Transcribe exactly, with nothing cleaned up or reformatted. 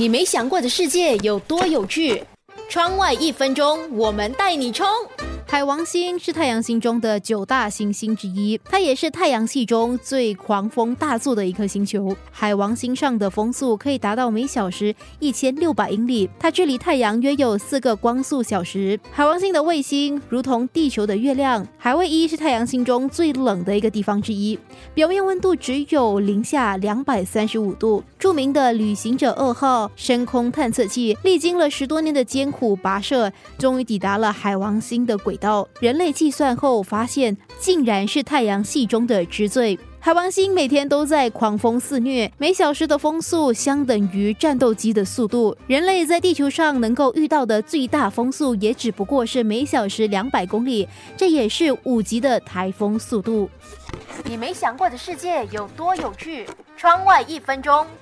你没想过的世界有多有趣？窗外一分钟，我们带你冲！ 海王星是太阳系中的九大行星之一，它也是太阳系中最狂风大作的一颗星球。海王星上的风速可以达到每小时一千六百英里，它距离太阳约有四个光速小时。海王星的卫星如同地球的月亮，海卫一是太阳系中最冷的一个地方之一，表面温度只有零下两百三十五度。著名的旅行者二号深空探测器历经了十多年的艰苦跋涉，终于抵达了海王星的轨道。人类计算后发现，竟然是太阳系中的之最。海王星每天都在狂风肆虐，每小时的风速相等于战斗机的速度。人类在地球上能够遇到的最大风速也只不过是每小时两百公里，这也是五级的台风速度。 你没想过的世界有多有趣？窗外一分钟，